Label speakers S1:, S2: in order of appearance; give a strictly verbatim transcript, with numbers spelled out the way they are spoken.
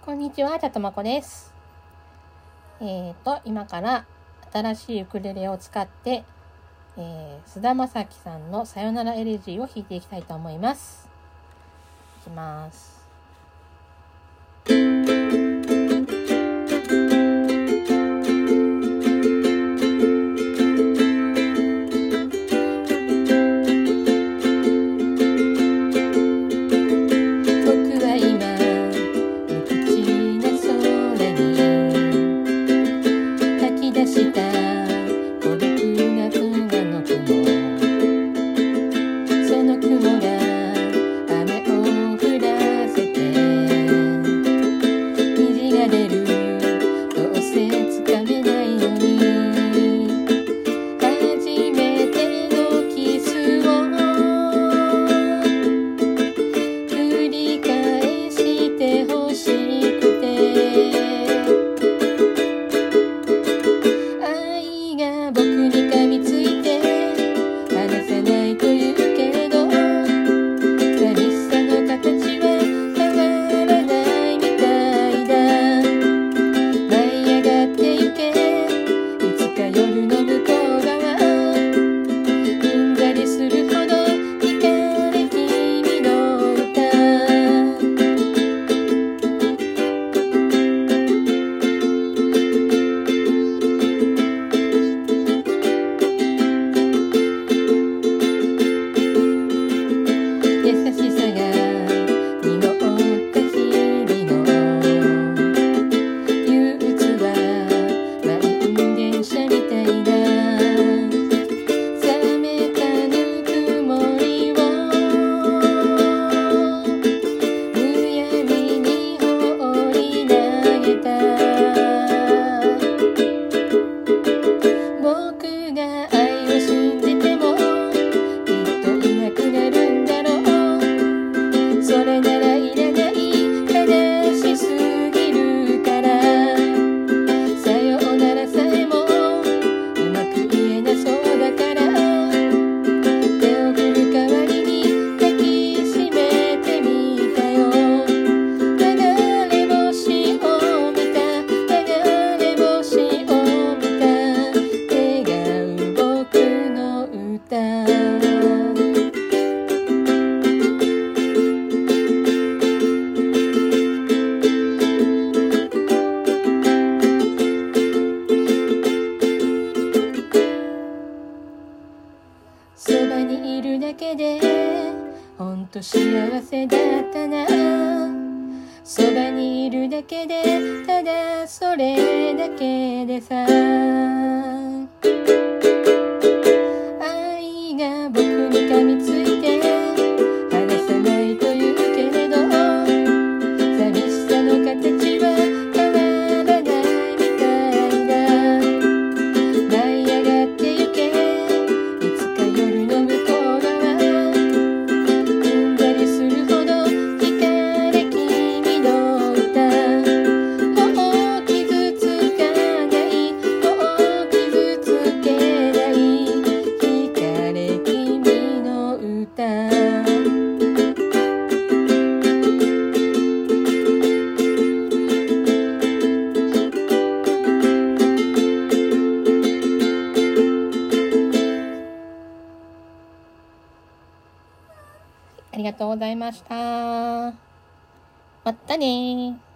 S1: こんにちは、たとまこです。えーと、今から新しいウクレレを使って、えー、菅田将暉さんのさよならエレジーを弾いていきたいと思います。いきます。そばにいるだけでほんと幸せだったな。そばにいるだけでただそれだけでさ、愛が僕に噛みついて離さないと言うけれど、寂しさの形は変わらないみたいだ。舞い上がってゆけいつか夜の向こう側、うんざりするほど惹かれ君の歌。もう傷つかない、もう傷つけない、惹かれ君の歌。ありがとうございました。またねー。